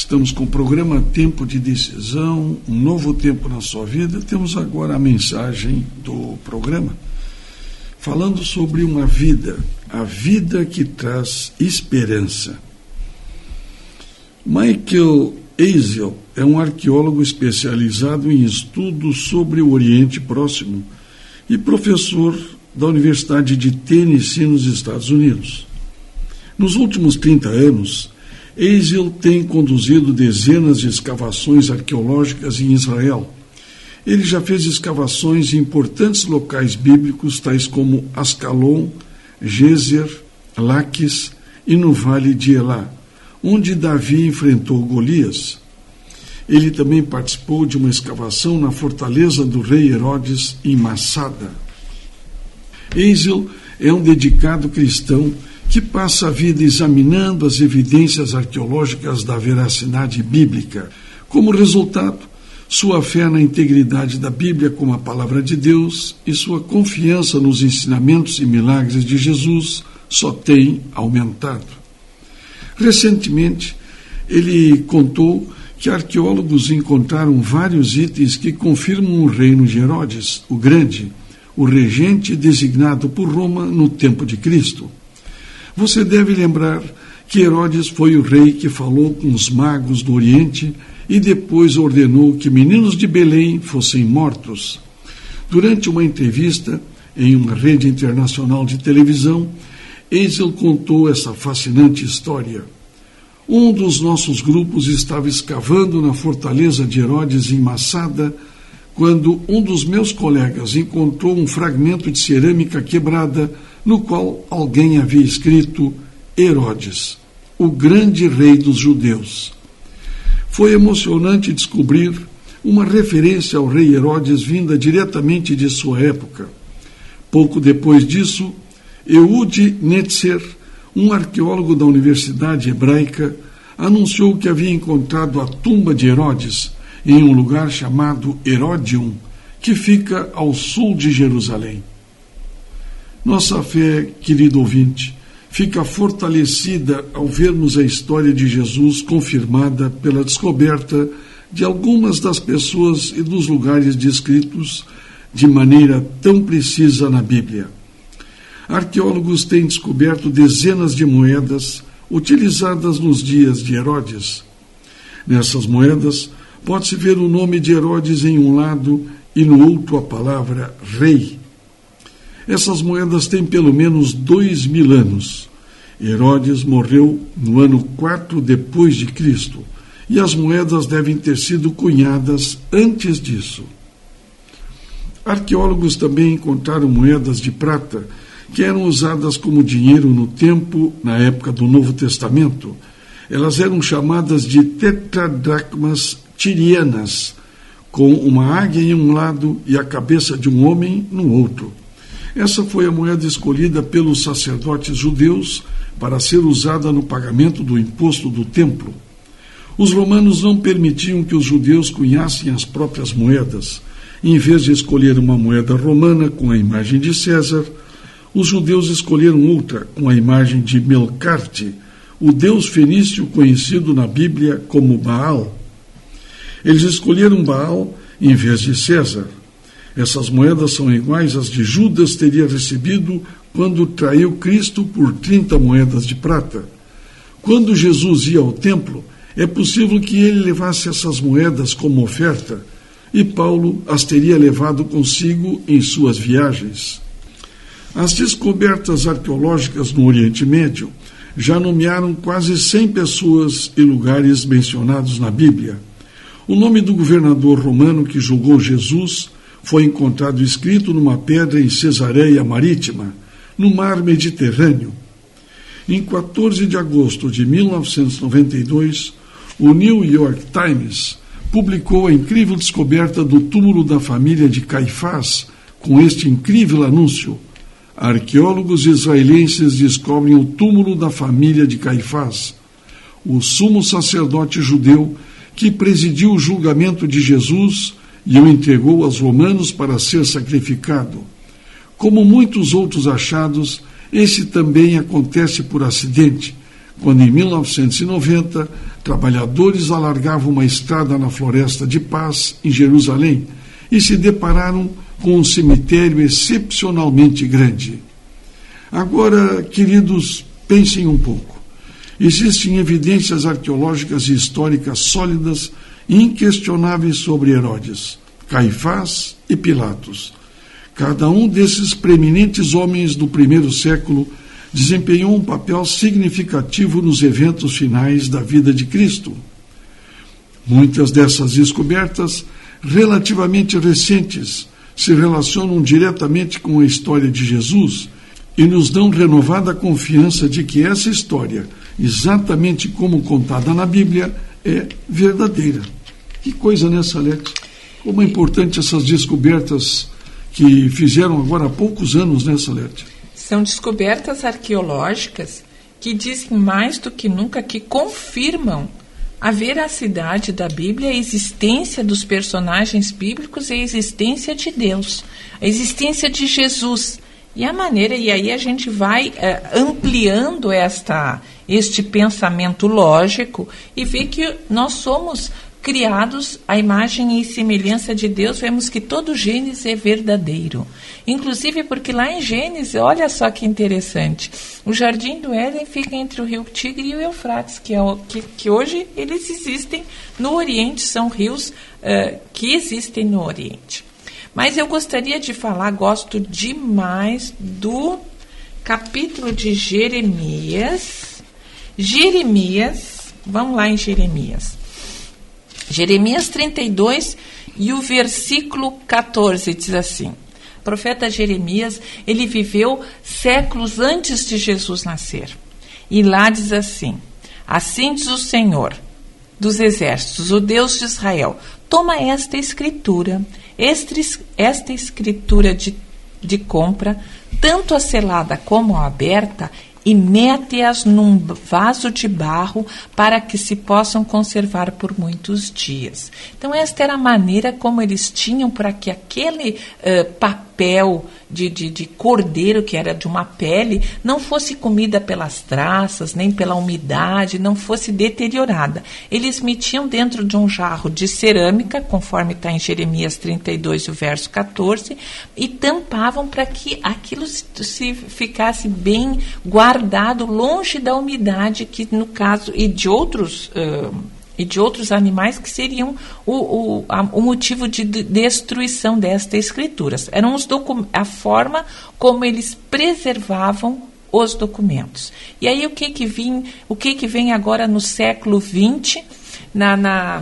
Estamos com o programa Tempo de Decisão, um novo tempo na sua vida. Temos agora a mensagem do programa, falando sobre uma vida, a vida que traz esperança. Michael Eisel é um arqueólogo especializado em estudos sobre o Oriente Próximo e professor da Universidade de Tennessee, nos Estados Unidos. Nos últimos 30 anos, Eisel tem conduzido dezenas de escavações arqueológicas em Israel. Ele já fez escavações em importantes locais bíblicos, tais como Ascalon, Gezer, Laquis e no Vale de Elá, onde Davi enfrentou Golias. Ele também participou de uma escavação na fortaleza do rei Herodes, em Massada. Eisel é um dedicado cristão que passa a vida examinando as evidências arqueológicas da veracidade bíblica. Como resultado, sua fé na integridade da Bíblia como a palavra de Deus e sua confiança nos ensinamentos e milagres de Jesus só tem aumentado. Recentemente, ele contou que arqueólogos encontraram vários itens que confirmam o reino de Herodes, o Grande, o regente designado por Roma no tempo de Cristo. Você deve lembrar que Herodes foi o rei que falou com os magos do Oriente e depois ordenou que meninos de Belém fossem mortos. Durante uma entrevista em uma rede internacional de televisão, Eisel contou essa fascinante história. Um dos nossos grupos estava escavando na fortaleza de Herodes em Massada, quando um dos meus colegas encontrou um fragmento de cerâmica quebrada no qual alguém havia escrito Herodes, o grande rei dos judeus. Foi emocionante descobrir uma referência ao rei Herodes vinda diretamente de sua época. Pouco depois disso, Ehud Netzer, um arqueólogo da Universidade Hebraica, anunciou que havia encontrado a tumba de Herodes em um lugar chamado Herodium, que fica ao sul de Jerusalém. Nossa fé, querido ouvinte, fica fortalecida ao vermos a história de Jesus confirmada pela descoberta de algumas das pessoas e dos lugares descritos de maneira tão precisa na Bíblia. Arqueólogos têm descoberto dezenas de moedas utilizadas nos dias de Herodes. Nessas moedas, pode-se ver o nome de Herodes em um lado e no outro a palavra rei. Essas moedas têm pelo menos 2000 anos. Herodes morreu no ano 4 depois de Cristo, e as moedas devem ter sido cunhadas antes disso. Arqueólogos também encontraram moedas de prata que eram usadas como dinheiro no tempo, na época do Novo Testamento. Elas eram chamadas de tetradracmas tirianas, com uma águia em um lado e a cabeça de um homem no outro. Essa foi a moeda escolhida pelos sacerdotes judeus para ser usada no pagamento do imposto do templo. Os romanos não permitiam que os judeus cunhassem as próprias moedas. Em vez de escolher uma moeda romana com a imagem de César, os judeus escolheram outra com a imagem de Melcarte, o deus fenício conhecido na Bíblia como Baal. Eles escolheram Baal em vez de César. Essas moedas são iguais às de Judas teria recebido quando traiu Cristo por 30 moedas de prata. Quando Jesus ia ao templo, é possível que ele levasse essas moedas como oferta, e Paulo as teria levado consigo em suas viagens. As descobertas arqueológicas no Oriente Médio já nomearam quase 100 pessoas e lugares mencionados na Bíblia. O nome do governador romano que julgou Jesus foi encontrado escrito numa pedra em Cesareia Marítima, no mar Mediterrâneo. Em 14 de agosto de 1992, o New York Times publicou a incrível descoberta do túmulo da família de Caifás, com este incrível anúncio: arqueólogos israelenses descobrem o túmulo da família de Caifás, o sumo sacerdote judeu que presidiu o julgamento de Jesus e o entregou aos romanos para ser sacrificado. Como muitos outros achados, esse também acontece por acidente, quando em 1990 Trabalhadores alargavam uma estrada na Floresta de Paz, em Jerusalém, e se depararam com um cemitério excepcionalmente grande. Agora, queridos, pensem um pouco. Existem evidências arqueológicas e históricas sólidas e inquestionáveis sobre Herodes, Caifás e Pilatos. Cada um desses preeminentes homens do primeiro século desempenhou um papel significativo nos eventos finais da vida de Cristo. Muitas dessas descobertas, relativamente recentes, se relacionam diretamente com a história de Jesus e nos dão renovada confiança de que essa história, exatamente como contada na Bíblia, é verdadeira. Que coisa, né, Salete? Como é importante essas descobertas que fizeram agora há poucos anos, né, Salete? São descobertas arqueológicas que dizem mais do que nunca, que confirmam a veracidade da Bíblia, a existência dos personagens bíblicos e a existência de Deus, a existência de Jesus. E a maneira, e aí a gente vai ampliando este pensamento lógico e vê que nós somos criados à imagem e semelhança de Deus. Vemos que todo Gênesis é verdadeiro. Inclusive porque lá em Gênesis, olha só que interessante, o Jardim do Éden fica entre o rio Tigre e o Eufrates, que hoje eles existem no Oriente, são rios que existem no Oriente. Mas eu gostaria de falar, gosto demais do capítulo de Jeremias. Vamos lá em Jeremias. Jeremias 32 e o versículo 14 diz assim: o profeta Jeremias, ele viveu séculos antes de Jesus nascer. E lá diz assim: assim diz o Senhor dos exércitos, o Deus de Israel, toma esta escritura de compra, tanto a selada como a aberta, e mete-as num vaso de barro para que se possam conservar por muitos dias. Então, esta era a maneira como eles tinham para que aquele papel de cordeiro, que era de uma pele, não fosse comida pelas traças, nem pela umidade, não fosse deteriorada. Eles metiam dentro de um jarro de cerâmica, conforme está em Jeremias 32, o verso 14, e tampavam para que aquilo se ficasse bem guardado, longe da umidade, que no caso, e de outros animais que seriam o motivo de destruição destas escrituras. Eram a forma como eles preservavam os documentos. E aí o que vem agora no século XX, na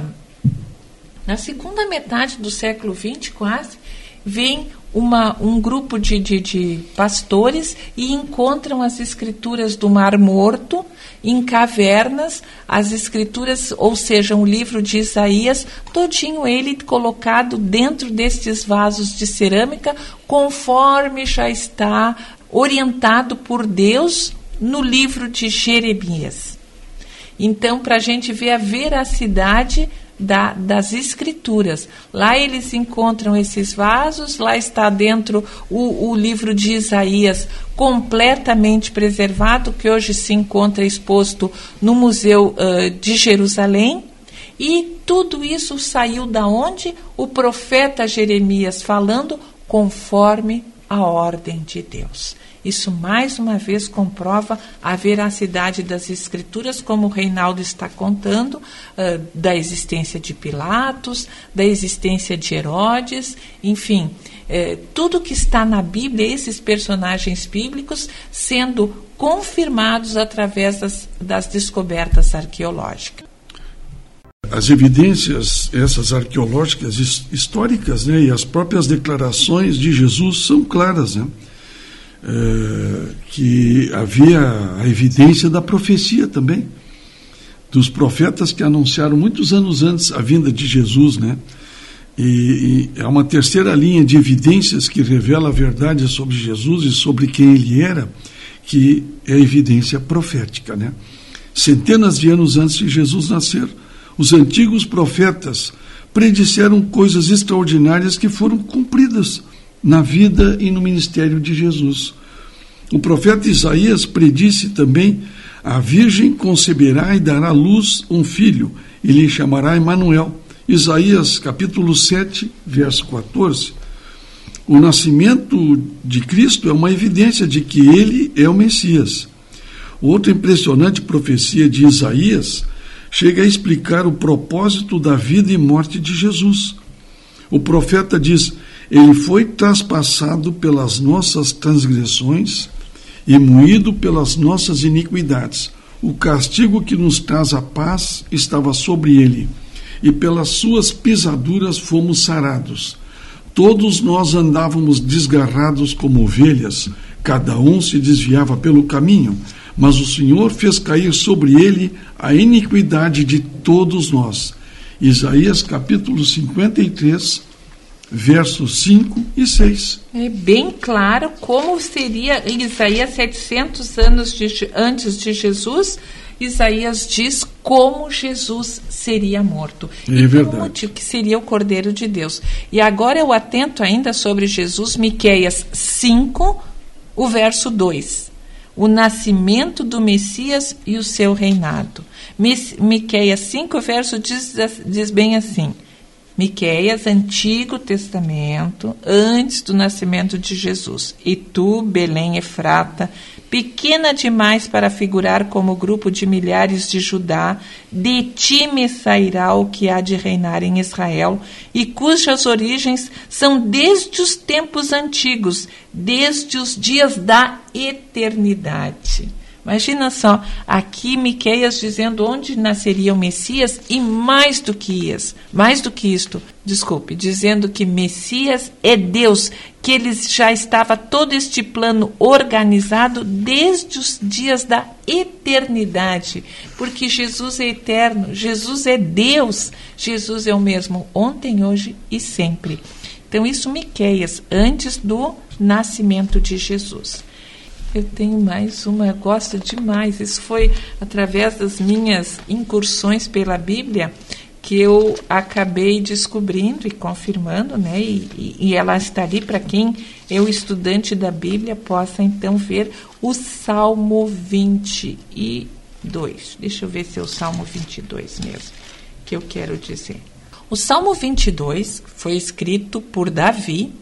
segunda metade do século XX quase, vem um grupo de pastores e encontram as escrituras do Mar Morto em cavernas, as escrituras, ou seja, o livro de Isaías, todinho ele colocado dentro destes vasos de cerâmica, conforme já está orientado por Deus no livro de Jeremias. Então, para a gente ver a veracidade das escrituras. Lá eles encontram esses vasos, lá está dentro o livro de Isaías completamente preservado, que hoje se encontra exposto no Museu de Jerusalém. E tudo isso saiu da onde? O profeta Jeremias falando conforme a ordem de Deus. Isso, mais uma vez, comprova a veracidade das Escrituras, como o Reinaldo está contando, da existência de Pilatos, da existência de Herodes, enfim, tudo que está na Bíblia, esses personagens bíblicos, sendo confirmados através das descobertas arqueológicas. As evidências, essas arqueológicas históricas, né, e as próprias declarações de Jesus são claras, né? Que havia a evidência da profecia também, dos profetas que anunciaram muitos anos antes a vinda de Jesus, né? E é uma terceira linha de evidências que revela a verdade sobre Jesus e sobre quem ele era, que é a evidência profética, né? Centenas de anos antes de Jesus nascer, os antigos profetas predisseram coisas extraordinárias que foram cumpridas na vida e no ministério de Jesus. O profeta Isaías predisse também A virgem conceberá e dará à luz um filho, e lhe chamará Emanuel. Isaías capítulo 7, verso 14. O nascimento de Cristo é uma evidência de que ele é o Messias. Outra impressionante profecia de Isaías chega a explicar o propósito da vida e morte de Jesus. O profeta diz: ele foi traspassado pelas nossas transgressões e moído pelas nossas iniquidades. O castigo que nos traz a paz estava sobre ele, e pelas suas pisaduras fomos sarados. Todos nós andávamos desgarrados como ovelhas, cada um se desviava pelo caminho, mas o Senhor fez cair sobre ele a iniquidade de todos nós. Isaías capítulo 53, versos 5 e 6. É bem claro como seria Isaías 700 anos antes de Jesus. Isaías diz como Jesus seria morto. É verdade. Que seria o Cordeiro de Deus. E agora eu atento ainda sobre Jesus, Miqueias 5, o verso 2. O nascimento do Messias e o seu reinado. Miqueias 5, verso diz bem assim. Miqueias, Antigo Testamento, antes do nascimento de Jesus. E tu, Belém Efrata, pequena demais para figurar como grupo de milhares de Judá, de ti me sairá o que há de reinar em Israel, e cujas origens são desde os tempos antigos, desde os dias da eternidade. Imagina só, aqui Miqueias dizendo onde nasceria o Messias e mais do que isto, dizendo que Messias é Deus, que ele já estava todo este plano organizado desde os dias da eternidade, porque Jesus é eterno, Jesus é Deus, Jesus é o mesmo ontem, hoje e sempre. Então isso Miqueias, antes do nascimento de Jesus. Eu tenho mais uma, eu gosto demais. Isso foi através das minhas incursões pela Bíblia que eu acabei descobrindo e confirmando, né? E ela está ali para quem é o estudante da Bíblia possa então ver o Salmo 22. Deixa eu ver se é o Salmo 22 mesmo que eu quero dizer. O Salmo 22 foi escrito por Davi.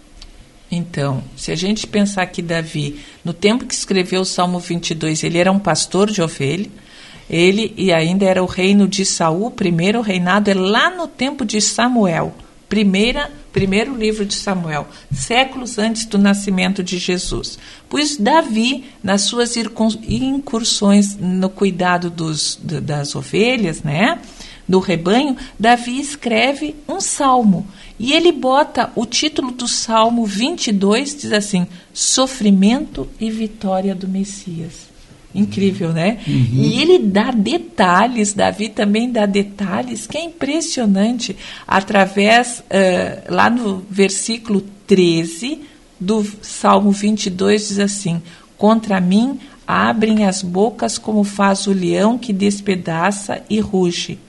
Então, se a gente pensar que Davi, no tempo que escreveu o Salmo 22, ele era um pastor de ovelha, ele e ainda era o reino de Saul, o primeiro reinado é lá no tempo de Samuel, primeiro livro de Samuel, séculos antes do nascimento de Jesus. Pois Davi, nas suas incursões no cuidado das ovelhas, né, do rebanho, Davi escreve um salmo. E ele bota o título do Salmo 22, diz assim, Sofrimento e Vitória do Messias. Incrível, né? Uhum. E ele dá detalhes, Davi também dá detalhes, que é impressionante, através, lá no versículo 13 do Salmo 22, diz assim, contra mim abrem as bocas como faz o leão que despedaça e ruge.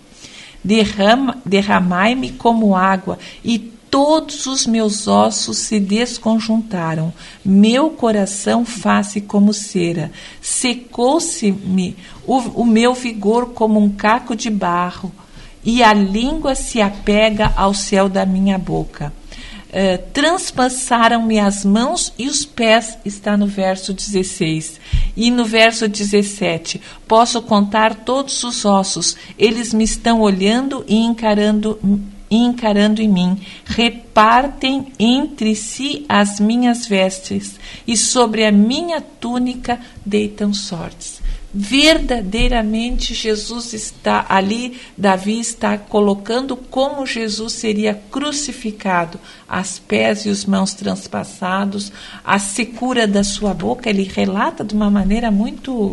Derramai-me como água, e todos os meus ossos se desconjuntaram. Meu coração faz-se como cera. Secou-se-me o meu vigor como um caco de barro, e a língua se apega ao céu da minha boca. Transpassaram-me as mãos e os pés, está no verso 16. E no verso 17, posso contar todos os ossos, eles me estão olhando e encarando em mim. Repartem entre si as minhas vestes, e sobre a minha túnica deitam sortes. Verdadeiramente Jesus está ali, Davi está colocando como Jesus seria crucificado, as pés e os mãos transpassados, a secura da sua boca. Ele relata de uma maneira muito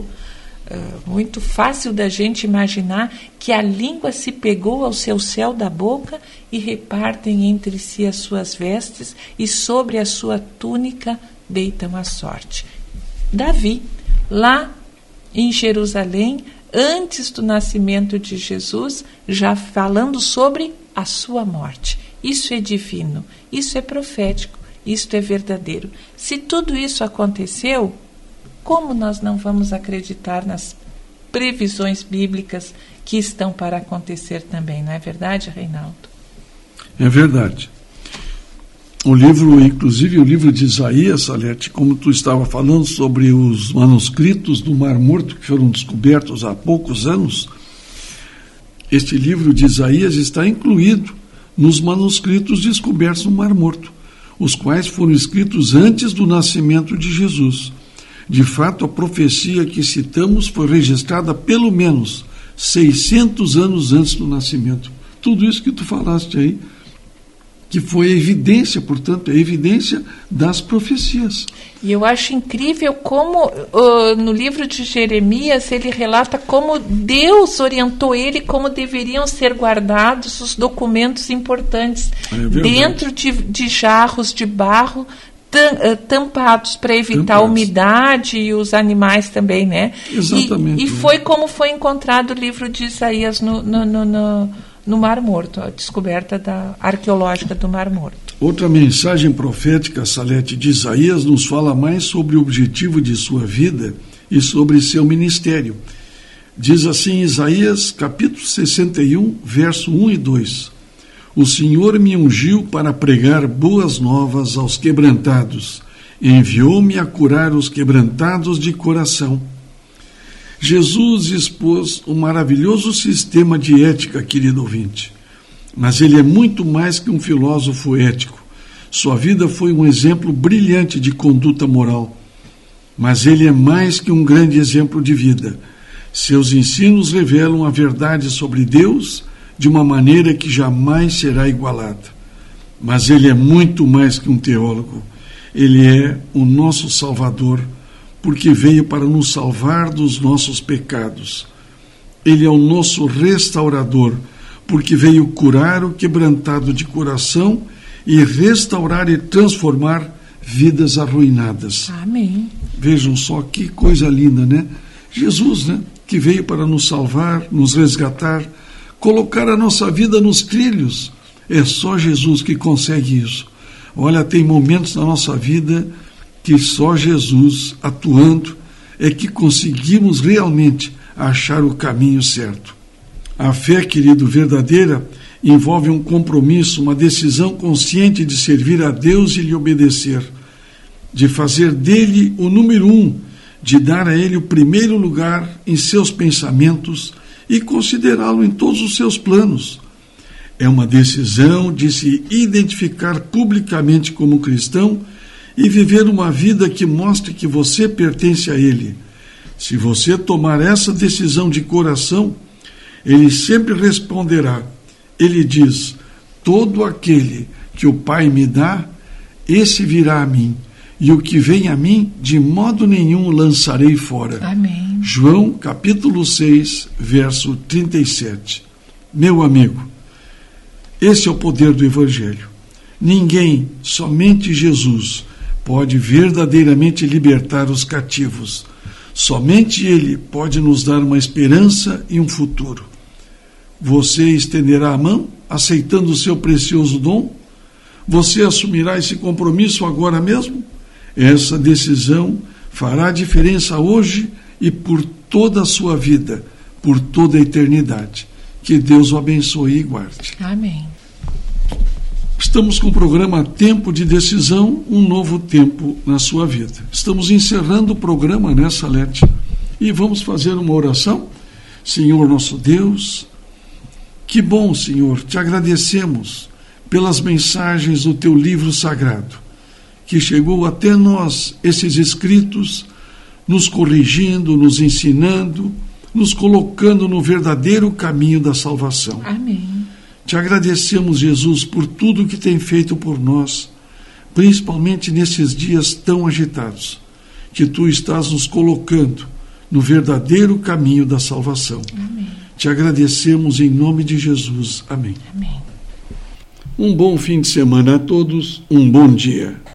fácil da gente imaginar que a língua se pegou ao seu céu da boca e repartem entre si as suas vestes, e sobre a sua túnica deitam a sorte. Davi, lá em Jerusalém, antes do nascimento de Jesus, já falando sobre a sua morte. Isso é divino, isso é profético, isso é verdadeiro. Se tudo isso aconteceu, como nós não vamos acreditar nas previsões bíblicas que estão para acontecer também, não é verdade, Reinaldo? É verdade. O livro, inclusive o livro de Isaías, Salete, como tu estava falando sobre os manuscritos do Mar Morto que foram descobertos há poucos anos, este livro de Isaías está incluído nos manuscritos descobertos no Mar Morto, os quais foram escritos antes do nascimento de Jesus. De fato, a profecia que citamos foi registrada pelo menos 600 anos antes do nascimento. Tudo isso que tu falaste aí, que foi a evidência, portanto, a evidência das profecias. E eu acho incrível como no livro de Jeremias ele relata como Deus orientou ele como deveriam ser guardados os documentos importantes dentro de jarros de barro tampados para evitar a umidade e os animais também, né? Exatamente. E foi como foi encontrado o livro de Isaías no Mar Morto, a descoberta arqueológica do Mar Morto. Outra mensagem profética, Salete, de Isaías nos fala mais sobre o objetivo de sua vida e sobre seu ministério. Diz assim Isaías, capítulo 61, verso 1 e 2. O Senhor me ungiu para pregar boas novas aos quebrantados, enviou-me a curar os quebrantados de coração. Jesus expôs um maravilhoso sistema de ética, querido ouvinte. Mas ele é muito mais que um filósofo ético. Sua vida foi um exemplo brilhante de conduta moral. Mas ele é mais que um grande exemplo de vida. Seus ensinos revelam a verdade sobre Deus de uma maneira que jamais será igualada. Mas ele é muito mais que um teólogo. Ele é o nosso Salvador, porque veio para nos salvar dos nossos pecados. Ele é o nosso restaurador, porque veio curar o quebrantado de coração e restaurar e transformar vidas arruinadas. Amém. Vejam só que coisa linda, né? Jesus, né? Que veio para nos salvar, nos resgatar, colocar a nossa vida nos trilhos. É só Jesus que consegue isso. Olha, tem momentos na nossa vida que só Jesus atuando é que conseguimos realmente achar o caminho certo. A fé, querido, verdadeira, envolve um compromisso, uma decisão consciente de servir a Deus e lhe obedecer, de fazer dele o número 1, de dar a ele o primeiro lugar em seus pensamentos e considerá-lo em todos os seus planos. É uma decisão de se identificar publicamente como cristão e viver uma vida que mostre que você pertence a Ele. Se você tomar essa decisão de coração, Ele sempre responderá. Ele diz: todo aquele que o Pai me dá, esse virá a mim, e o que vem a mim, de modo nenhum lançarei fora. Amém. João, capítulo 6, verso 37. Meu amigo, esse é o poder do Evangelho. Ninguém, somente Jesus, pode verdadeiramente libertar os cativos. Somente Ele pode nos dar uma esperança e um futuro. Você estenderá a mão, aceitando o seu precioso dom? Você assumirá esse compromisso agora mesmo? Essa decisão fará diferença hoje e por toda a sua vida, por toda a eternidade. Que Deus o abençoe e guarde. Amém. Estamos com o programa Tempo de Decisão, um novo tempo na sua vida. Estamos encerrando o programa, né, Salete? E vamos fazer uma oração. Senhor nosso Deus, que bom, Senhor, te agradecemos pelas mensagens do teu livro sagrado, que chegou até nós, esses escritos, nos corrigindo, nos ensinando, nos colocando no verdadeiro caminho da salvação. Amém. Te agradecemos, Jesus, por tudo que tem feito por nós, principalmente nesses dias tão agitados, que tu estás nos colocando no verdadeiro caminho da salvação. Amém. Te agradecemos em nome de Jesus. Amém. Amém. Um bom fim de semana a todos, um bom dia.